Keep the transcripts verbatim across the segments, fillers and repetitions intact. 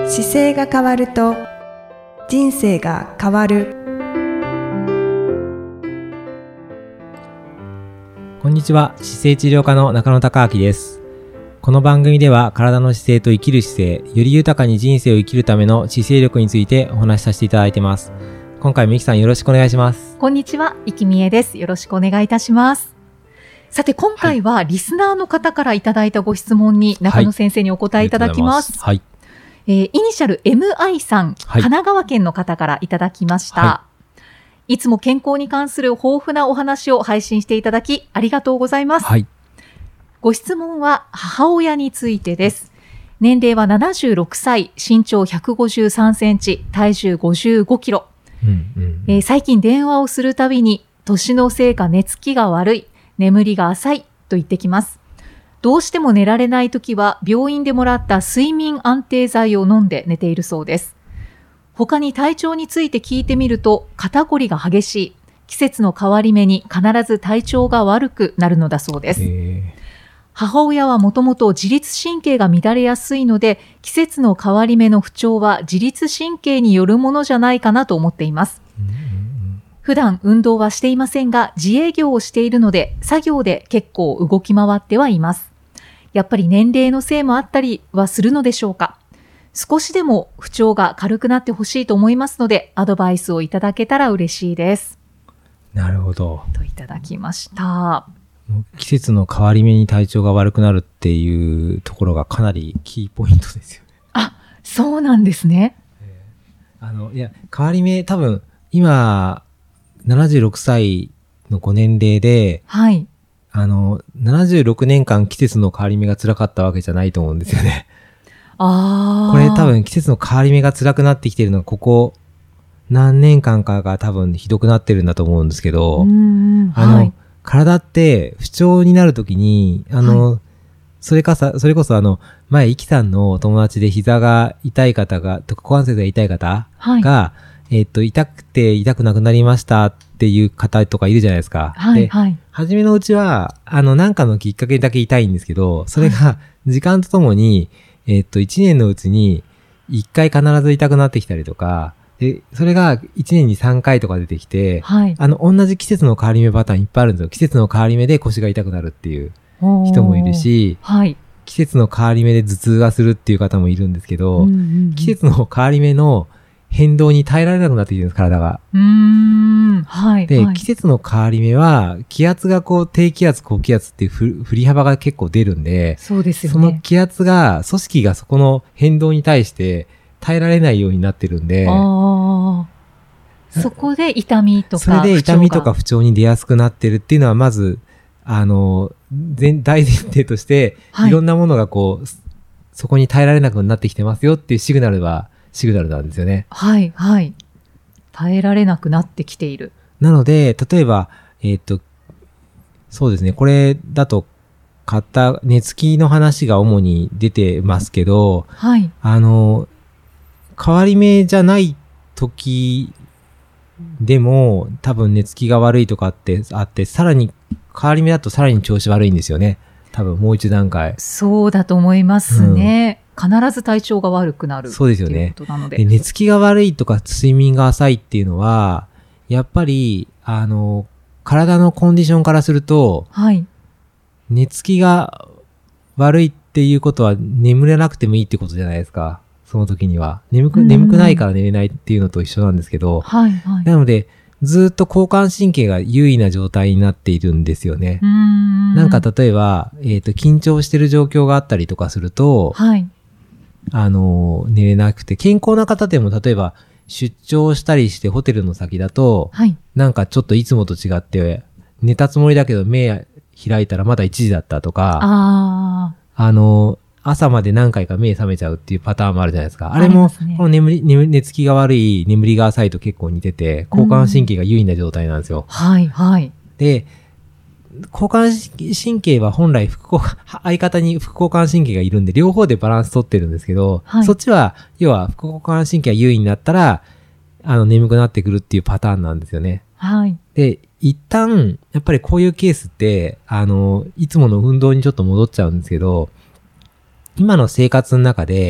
姿勢が変わると人生が変わる。 こんにちは、姿勢治療科の中野孝明です。この番組では体の姿勢と生きる姿勢、より豊かに人生を生きるための姿勢力についてお話しさせていただいてます。今回もいきさんよろしくお願いします。 こんにちは、いきみえです。よろしくお願いいたします。さて今回はリスナーの方からいただいたご質問に中野先生にお答えいただきます。 はい。 えー、イニシャル エムアイ さん、 はい、 神奈川県の方からいただきました。はい、いつも健康に関する豊富なお話を配信していただきありがとうございます。はい、ご質問は母親についてです。年齢はななじゅうろくさい、身長ひゃくごじゅうさんセンチ、体重ごじゅうごキロ。うんうんうんえー、最近電話をするたびに年のせいか寝つきが悪い、眠りが浅いと言ってきます。どうしても寝られないときは病院でもらった睡眠安定剤を飲んで寝ているそうです。他に体調について聞いてみると肩こりが激しい、季節の変わり目に必ず体調が悪くなるのだそうです。母親はもともと自律神経が乱れやすいので、季節の変わり目の不調は自律神経によるものじゃないかなと思っています。普段運動はしていませんが、自営業をしているので作業で結構動き回ってはいます。やっぱり年齢のせいもあったりはするのでしょうか。少しでも不調が軽くなってほしいと思いますので、アドバイスをいただけたら嬉しいです。 なるほど。 といただきました。 季節の変わり目に体調が悪くなるっていうところがかなりキーポイントですよね。 あ、そうなんですね。 えー、あのいや変わり目、多分今ななじゅうろくさいのご年齢で、はい、あのななじゅうろくねんかん季節の変わり目が辛かったわけじゃないと思うんですよね。あ、これ多分季節の変わり目が辛くなってきているのがここ何年間かが多分ひどくなってるんだと思うんですけど、うん、あの、はい、体って不調になるときにあの、はい、それかさそれこそあの前イキさんのお友達で膝が痛い方がとか股関節が痛い方が、はいえっと、痛くて痛くなくなりましたっていう方とかいるじゃないですか。はい、で、はい。初めのうちは、あの、なんかのきっかけだけ痛いんですけど、それが時間とともに、はい、えっと、いちねんのうちにいっかい必ず痛くなってきたりとか、で、それがいちねんにさんかいとか出てきて、はい、あの、同じ季節の変わり目パターンいっぱいあるんですよ。季節の変わり目で腰が痛くなるっていう人もいるし、はい、季節の変わり目で頭痛がするっていう方もいるんですけど、うんうんうん、季節の変わり目の変動に耐えられなくなってきてるんです、体が。うーん、はい。で、はい、季節の変わり目は、気圧がこう、低気圧、高気圧っていうふ振り幅が結構出るんで、そうですよね。その気圧が、組織がそこの変動に対して耐えられないようになってるんで、あそこで痛みとか、 それで痛みとか不調に出やすくなってるっていうのは、まず、あの、全大前提として、はい、いろんなものがこう、そこに耐えられなくなってきてますよっていうシグナルは、シグナルなんですよね。 はい、はい。耐えられなくなってきている。 なので、例えば、えっと、そうですね、これだと、肩、寝つきの話が主に出てますけど、はい。あの、変わり目じゃない時でも、多分寝つきが悪いとかってあって、さらに、変わり目だとさらに調子悪いんですよね。多分もう一段階。 そうだと思いますね。うん、必ず体調が悪くなる。 そうですよね。 ということなので。 で、寝つきが悪いとか睡眠が浅いっていうのは、やっぱり、あの、体のコンディションからすると、はい。寝つきが悪いっていうことは眠れなくてもいいってことじゃないですか。その時には。眠く、眠くないから寝れないっていうのと一緒なんですけど、はい、はい。なので、ずっと交感神経が優位な状態になっているんですよね。うーんなんか例えば、えっと、緊張してる状況があったりとかすると、はい。あの、寝れなくて、健康な方でも例えば出張したりしてホテルの先だと、はい。なんかちょっといつもと違って、寝たつもりだけど目開いたらまだいちじだったとか、ああの、朝まで何回か目覚めちゃうっていうパターンもあるじゃないですか。あれも、ね、この眠り、眠、寝つきが悪い、眠りが浅いと結構似てて、交感神経が優位な状態なんですよ。はい、はい。で、交感神経は本来副交感、相方に副交感神経がいるんで、両方でバランス取ってるんですけど、はい、そっちは、要は副交感神経が優位になったら、あの、眠くなってくるっていうパターンなんですよね。はい。で、一旦、やっぱりこういうケースって、あの、いつもの運動にちょっと戻っちゃうんですけど、今の生活の中で、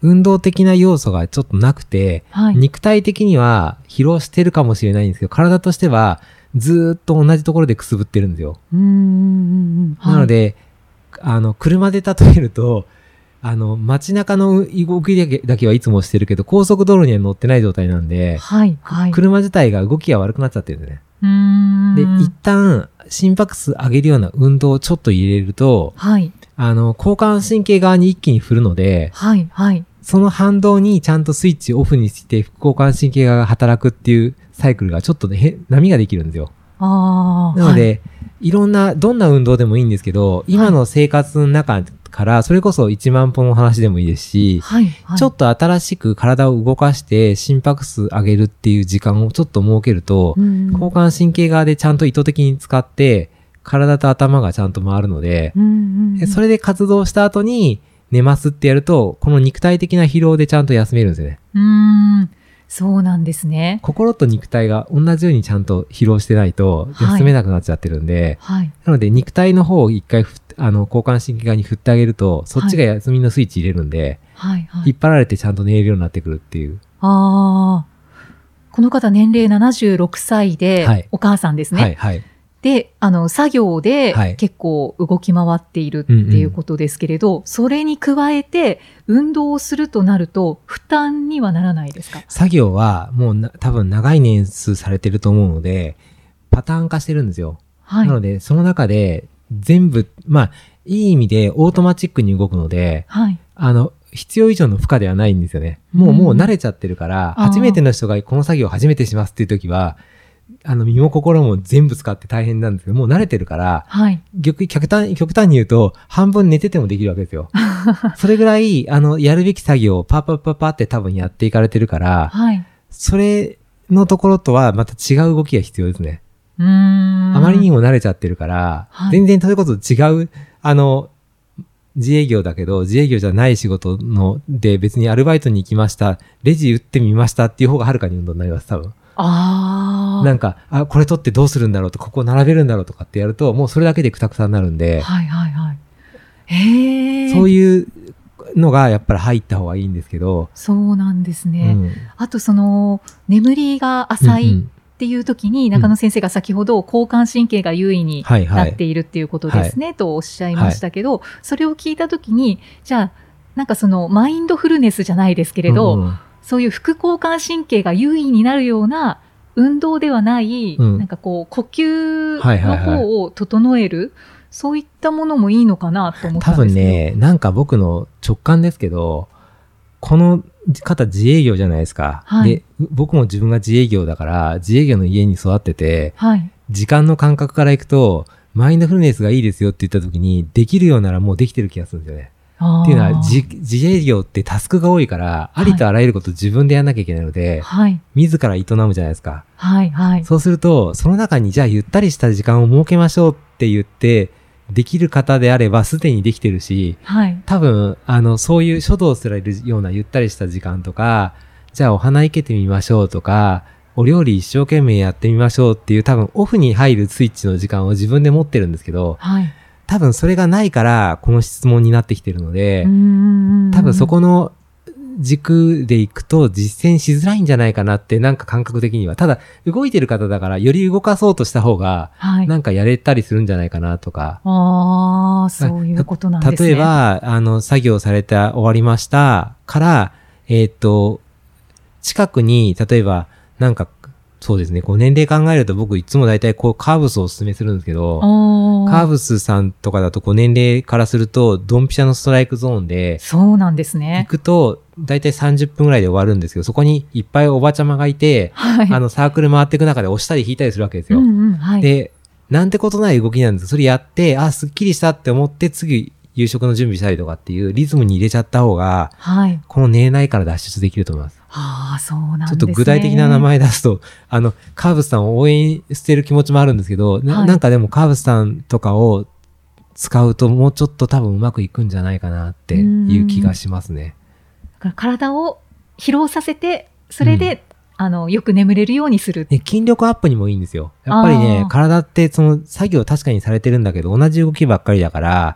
運動的な要素がちょっとなくて、はい、肉体的には疲労してるかもしれないんですけど、体としてはずーっと同じところでくすぶってるんですよ。うーん、はい、なので、あの、車で例えると、あの、街中の動きだけ、だけはいつもしてるけど、高速道路には乗ってない状態なんで、はいはい、車自体が動きが悪くなっちゃってるんですね。うーん、で、一旦心拍数上げるような運動をちょっと入れると、はい、あの、交感神経側に一気に振るので、はいはい、その反動にちゃんとスイッチをオフにして副交感神経側が働くっていうサイクルがちょっとね、波ができるんですよ。あ、なので、はい、いろんな、どんな運動でもいいんですけど、今の生活の中から、それこそいちまん歩の話でもいいですし、はいはい、ちょっと新しく体を動かして心拍数上げるっていう時間をちょっと設けると、交感神経側でちゃんと意図的に使って、体と頭がちゃんと回るので、うんうんうん、それで活動した後に寝ますってやると、この肉体的な疲労でちゃんと休めるんですよね。 うーん、そうなんですね。 心と肉体が同じようにちゃんと疲労してないと休めなくなっちゃってるんで、はいはい、なので肉体の方を一回あの交感神経側に振ってあげると、そっちが休みのスイッチ入れるんで、はいはい、引っ張られてちゃんと寝れるようになってくるっていう。 ああ、この方年齢ななじゅうろくさいで、はい、お母さんですね。はいはい、で、あの、作業で結構動き回っているっていうことですけれど、はい、うんうん、それに加えて運動をするとなると負担にはならないですか？ 作業はもうな多分長い年数されてると思うので、パターン化してるんですよ。はい、なので、その中で全部、まあ、いい意味でオートマチックに動くので、はい、あの、必要以上の負荷ではないんですよね。もう、うん、もう慣れちゃってるから、初めての人がこの作業を初めてしますっていう時は、あの、身も心も全部使って大変なんですけど、もう慣れてるから、はい、極端、極端に言うと、半分寝ててもできるわけですよ。それぐらい、あの、やるべき作業をパッパッパッパって多分やっていかれてるから、はい、それのところとはまた違う動きが必要ですね。うーん、あまりにも慣れちゃってるから、はい、全然それこそ違う、あの、自営業だけど、自営業じゃない仕事ので別にアルバイトに行きました、レジ打ってみましたっていう方がはるかに運動になります、多分。ああ。なんか、あ、これ取ってどうするんだろうと、ここ並べるんだろうとかってやると、もうそれだけでクタクタになるんで。はいはいはい。へえ。そういうのがやっぱり入った方がいいんですけど。 そうなんですね。うん、あとその、眠りが浅い、うんうん、っていう時に中野先生が先ほど交感神経が優位になっているっていうことですね、はいはい、とおっしゃいましたけど、はい、それを聞いた時に、じゃあなんかそのマインドフルネスじゃないですけれど、うん、そういう副交感神経が優位になるような運動ではない、うん、なんかこう呼吸の方を整える、はいはいはい、そういったものもいいのかなと思ったんですけど。多分ね、なんか僕の直感ですけど、この方自営業じゃないですか、はい、で僕も自分が自営業だから自営業の家に育ってて、はい、時間の感覚からいくとマインドフルネスがいいですよって言った時にできるようならもうできてる気がするんですよね。っていうのは 自, 自営業ってタスクが多いから、はい、ありとあらゆること自分でやんなきゃいけないので、はい、自ら営むじゃないですか、はいはい、そうするとその中にじゃあゆったりした時間を設けましょうって言ってできる方であればすでにできてるし、はい、多分あのそういう書道すらいるようなゆったりした時間とか、じゃあお花生けてみましょうとか、お料理一生懸命やってみましょうっていう多分オフに入るスイッチの時間を自分で持ってるんですけど、はい、多分それがないからこの質問になってきてるので、うーん、多分そこの軸でいくと実践しづらいんじゃないかなって、なんか感覚的には。ただ動いてる方だからより動かそうとした方がなんかやれたりするんじゃないかなとか、はい、ああ、そういうことなんですね。 例えばあの作業されて終わりましたからえっと近くに例えばなんかそうですね、こう年齢考えると僕いつも大体こうカーブスをお勧めするんですけど、カーブスさんとかだとこう年齢からするとドンピシャのストライクゾーンで、 そうなんですね。 行くと大体さんじゅっぷんぐらいで終わるんですけど、そこにいっぱいおばちゃまがいて、はい、あのサークル回っていく中で押したり引いたりするわけですよ。うんうん、はい、で、なんてことない動きなんです。それやって、あ、すっきりしたって思って次夕食の準備したりとかっていうリズムに入れちゃった方が、はい、この寝れないから脱出できると思います。 ああ、そうなんですね。 ちょっと具体的な名前出すと、あの、カーブスさんを応援してる気持ちもあるんですけど、はい、な, なんかでもカーブスさんとかを使うともうちょっと多分うまくいくんじゃないかなっていう気がしますね。 だから体を疲労させて、それで、うん、あの、よく眠れるようにする。 ね、筋力アップにもいいんですよ。やっぱりね、体ってその作業確かにされてるんだけど、同じ動きばっかりだから、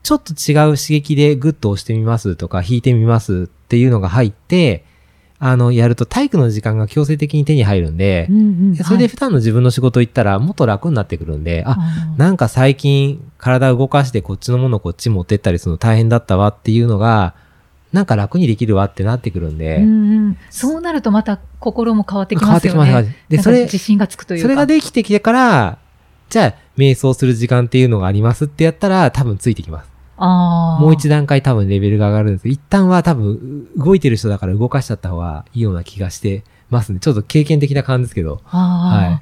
ちょっと違う刺激でグッと押してみますとか、弾いてみますっていうのが入って、あの、やると体育の時間が強制的に手に入るんで、うんうん、それで普段の自分の仕事行ったらもっと楽になってくるんで、はい、あ、なんか最近体動かしてこっちのものをこっち持ってったりするの大変だったわっていうのが、なんか楽にできるわってなってくるんで。 うんうん、そうなるとまた心も変わってきますよね。変わってきます。で、それ、自信がつくというか。 それができてきてから、じゃあ、瞑想する時間っていうのがありますってやったら、多分ついてきます。あ、もう一段階多分レベルが上がるんですけど、一旦は多分動いてる人だから動かしちゃった方がいいような気がしてますね。ちょっと経験的な感じですけど。 はい。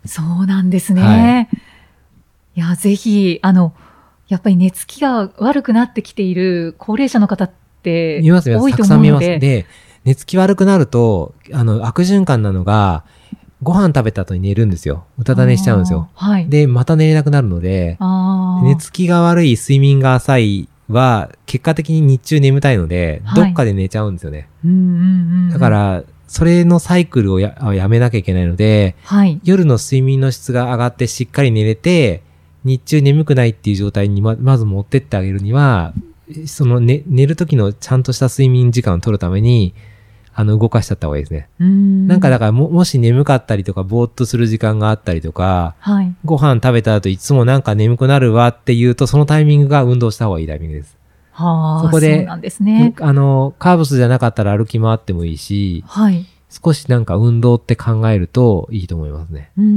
そうなんですね。はい、いや、ぜひ、あの、やっぱり寝つきが悪くなってきている高齢者の方って多いと思うので。見ます、見ます。たくさん見ます。 で、寝つき悪くなると、あの、悪循環なのが、ご飯食べた後に寝るんですよ。うたた寝しちゃうんですよ。はい、で、また寝れなくなるので、寝つきが悪い、睡眠が浅いは、結果的に日中眠たいので、はい、どっかで寝ちゃうんですよね。うんうんうん、だから、それのサイクルを や, やめなきゃいけないので、はい、夜の睡眠の質が上がってしっかり寝れて、日中眠くないっていう状態に ま, まず持ってってあげるには、その、ね、寝る時のちゃんとした睡眠時間を取るために、あの、動かしちゃった方がいいですね。うん、なんかだからも、もし眠かったりとか、ぼーっとする時間があったりとか、はい、ご飯食べた後いつもなんか眠くなるわっていうと、そのタイミングが運動した方がいいタイミングです。はあ、そこで、そうなんですね。あの、カーブスじゃなかったら歩き回ってもいいし、はい、少しなんか運動って考えるといいと思いますね。うんうんうん、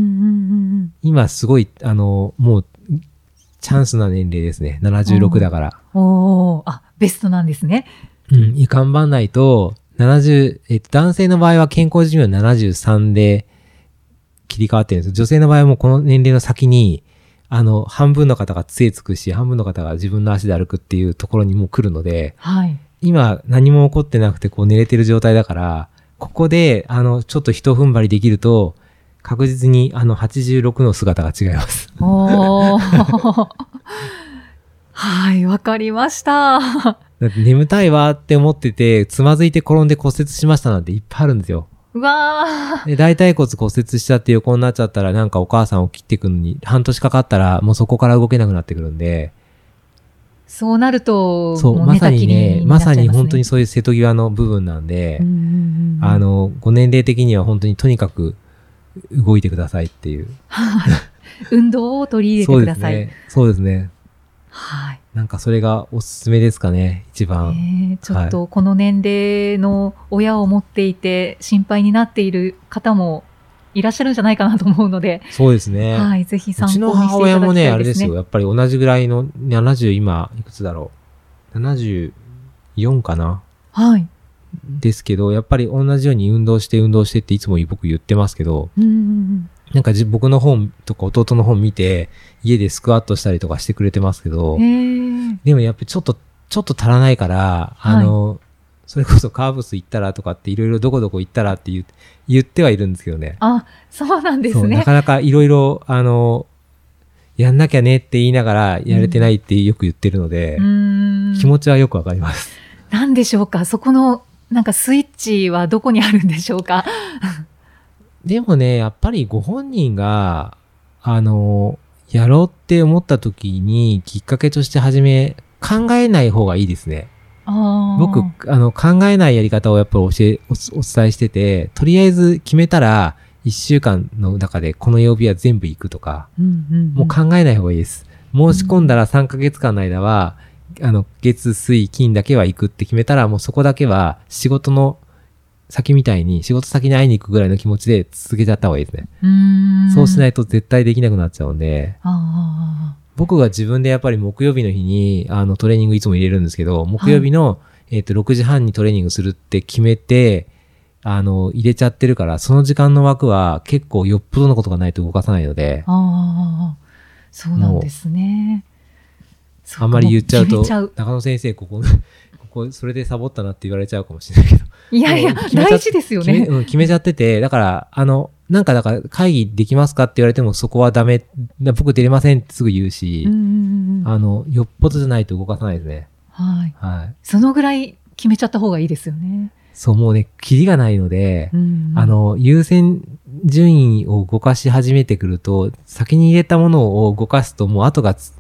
今すごい、あの、もう、チャンスな年齢ですね。ななじゅうろくだから。 おー、あ、ベストなんですね。 うん、頑張んないと、ななじゅう、えっと、男性の場合は健康寿命ななじゅうさんで切り替わってるんです。女性の場合はもうこの年齢の先に、あの、半分の方が杖つくし、半分の方が自分の足で歩くっていうところにもう来るので、はい、今何も起こってなくてこう寝れてる状態だから、ここで、あの、ちょっと一踏ん張りできると、確実にあのはちじゅうろくの姿が違います。おーはい、わかりました。 だって眠たいわって思ってて、つまずいて転んで骨折しましたなんていっぱいあるんですよ。うわー。で、大腿骨骨折しちゃって横になっちゃったら、なんかお母さんを切ってくのに半年かかったら、もうそこから動けなくなってくるんで。 そうなると、 そう、まさにね、まさに本当にそういう瀬戸際の部分なんで、うんうんうん、あの、ご年齢的には本当にとにかく動いてくださいっていう。 運動を取り入れてください。 そうですね。そうですね。はい。なんかそれがおすすめですかね、一番。 えー、ちょっとこの年齢の親を持っていて心配になっている方もいらっしゃるんじゃないかなと思うので。 そうですね。 はい、ぜひ参考にしていただきたいですね。 うちの母親もね、あれですよ。やっぱり同じぐらいの、ななじゅう今、いくつだろう。ななじゅうよんかな。はい。ですけど、やっぱり同じように運動して運動してっていつも僕言ってますけど、うんうんうん、なんか僕の本とか弟の本見て、家でスクワットしたりとかしてくれてますけど、でもやっぱりちょっと、ちょっと足らないから、あの、はい、それこそカーブス行ったらとかっていろいろどこどこ行ったらって言って、言ってはいるんですけどね。 あ、そうなんですね。 なかなかいろいろ、あの、やんなきゃねって言いながらやれてないってよく言ってるので、うん、気持ちはよくわかります。 なんでしょうか、そこの、なんかスイッチはどこにあるんでしょうか。 でもね、やっぱりご本人が、あの、やろうって思った時にきっかけとして始め、考えない方がいいですね。あ僕、あの、考えないやり方をやっぱり教え、お、お伝えしてて、とりあえず決めたら、一週間の中でこの曜日は全部行くとか、うんうんうん、もう考えない方がいいです。申し込んだらさんかげつかんの間は、あの、月、水、金だけは行くって決めたら、もうそこだけは仕事の先みたいに、仕事先に会いに行くぐらいの気持ちで続けちゃった方がいいですね。うーんそうしないと絶対できなくなっちゃうんで、あ僕が自分でやっぱり木曜日の日に、あの、トレーニングいつも入れるんですけど、木曜日の、はい、えっと、ろくじはんにトレーニングするって決めて、あの、入れちゃってるから、その時間の枠は結構よっぽどのことがないと動かさないので。ああ、そうなんですね。あんまり言っちゃうと、中野先生、ここ、ここ、それでサボったなって言われちゃうかもしれないけど。 いやいや、大事ですよね。 決め、うん、決めちゃってて、だから、あの、なんかだから会議できますかって言われてもそこはダメ、僕出れませんってすぐ言うし、うんうんうん、あの、よっぽどじゃないと動かさないですね。はい。はい。 そのぐらい決めちゃった方がいいですよね。 そう、もうね、キリがないので、うんうん、あの、優先順位を動かし始めてくると、先に入れたものを動かすともう後が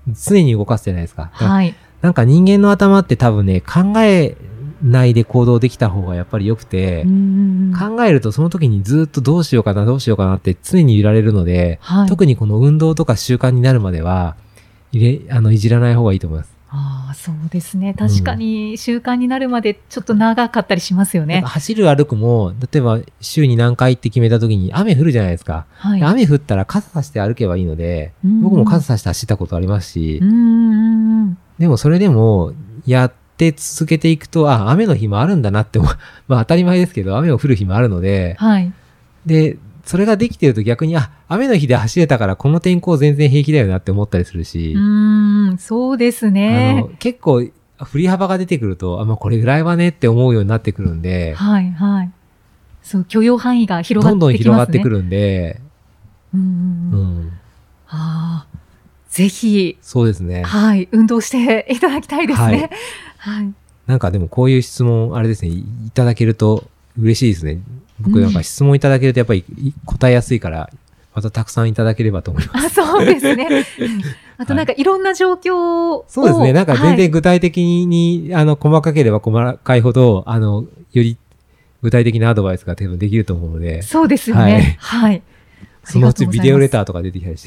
常に動かすじゃないですか。 はい。 なんか人間の頭って多分ね、考えないで行動できた方がやっぱり良くて、考えるとその時にずっとどうしようかな、どうしようかなって常に揺られるので、はい、特にこの運動とか習慣になるまでは、入れ、あの、いじらない方がいいと思います。 ああ、そうですね。確かに習慣になるまでちょっと長かったりしますよね。 うん、走る歩くも、例えば週に何回って決めた時に雨降るじゃないですか。はい、雨降ったら傘さして歩けばいいので、僕も傘さして走ったことありますし、うんうん、でもそれでもやって続けていくと、あ、雨の日もあるんだなってまあ当たり前ですけど、雨を降る日もあるので、はい、で、それができてると逆に、あ、雨の日で走れたからこの天候全然平気だよなって思ったりするし。 うーん、そうですね。 あの、結構振り幅が出てくると、あ、まあこれぐらいはねって思うようになってくるんで。 はいはい。そう、許容範囲が広がってきますね。 どんどん広がってくるんで。 うんうんうん。ああ、ぜひ。 そうですね。 はい、運動していただきたいですね。はい。はい、 なんかでもこういう質問、あれですね、いただけると嬉しいですね。僕なんか質問いただけるとやっぱり答えやすいから、またたくさんいただければと思います。 あ、そうですね。あとなんかいろんな状況を、 そうですね。なんか全然具体的に、はい、あの、細かければ細かいほど、あの、より具体的なアドバイスが多分できると思うので。 そうですよね。はい。はい、 そのうちビデオレターとか出てきたりして。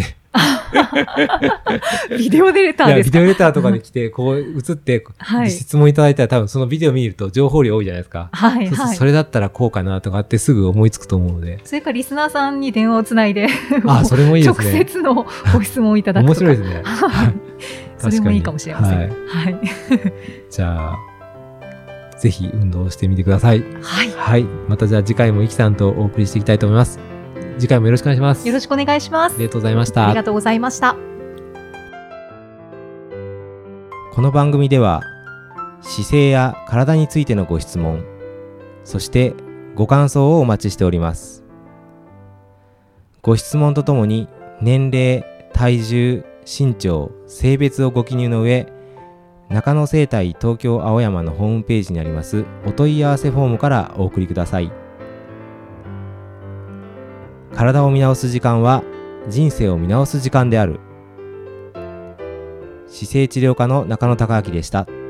ビデオレターですか？いや、 ビデオレターとかで来て、こう映って、はい、質問いただいたら多分そのビデオ見ると情報量多いじゃないですか。はい、はい。それだったらこうかなとかってすぐ思いつくと思うので。 それからリスナーさんに電話をつないで、 あ、それもいいですね。 直接のご質問をいただくとか。 面白いですね。はい。 それもいいかもしれません。はい。はい、 じゃあ、ぜひ運動してみてください。 はい。 はい。またじゃあ次回もイキさんとお送りしていきたいと思います。次回もよろしくお願いします。 よろしくお願いします。 ありがとうございました。 ありがとうございました。 この番組では姿勢や体についてのご質問、そしてご感想をお待ちしております。ご質問とともに年齢、体重、身長、性別をご記入の上、中野生態東京青山のホームページにありますお問い合わせフォームからお送りください。体を見直す時間は人生を見直す時間である。姿勢治療科の中野孝明でした。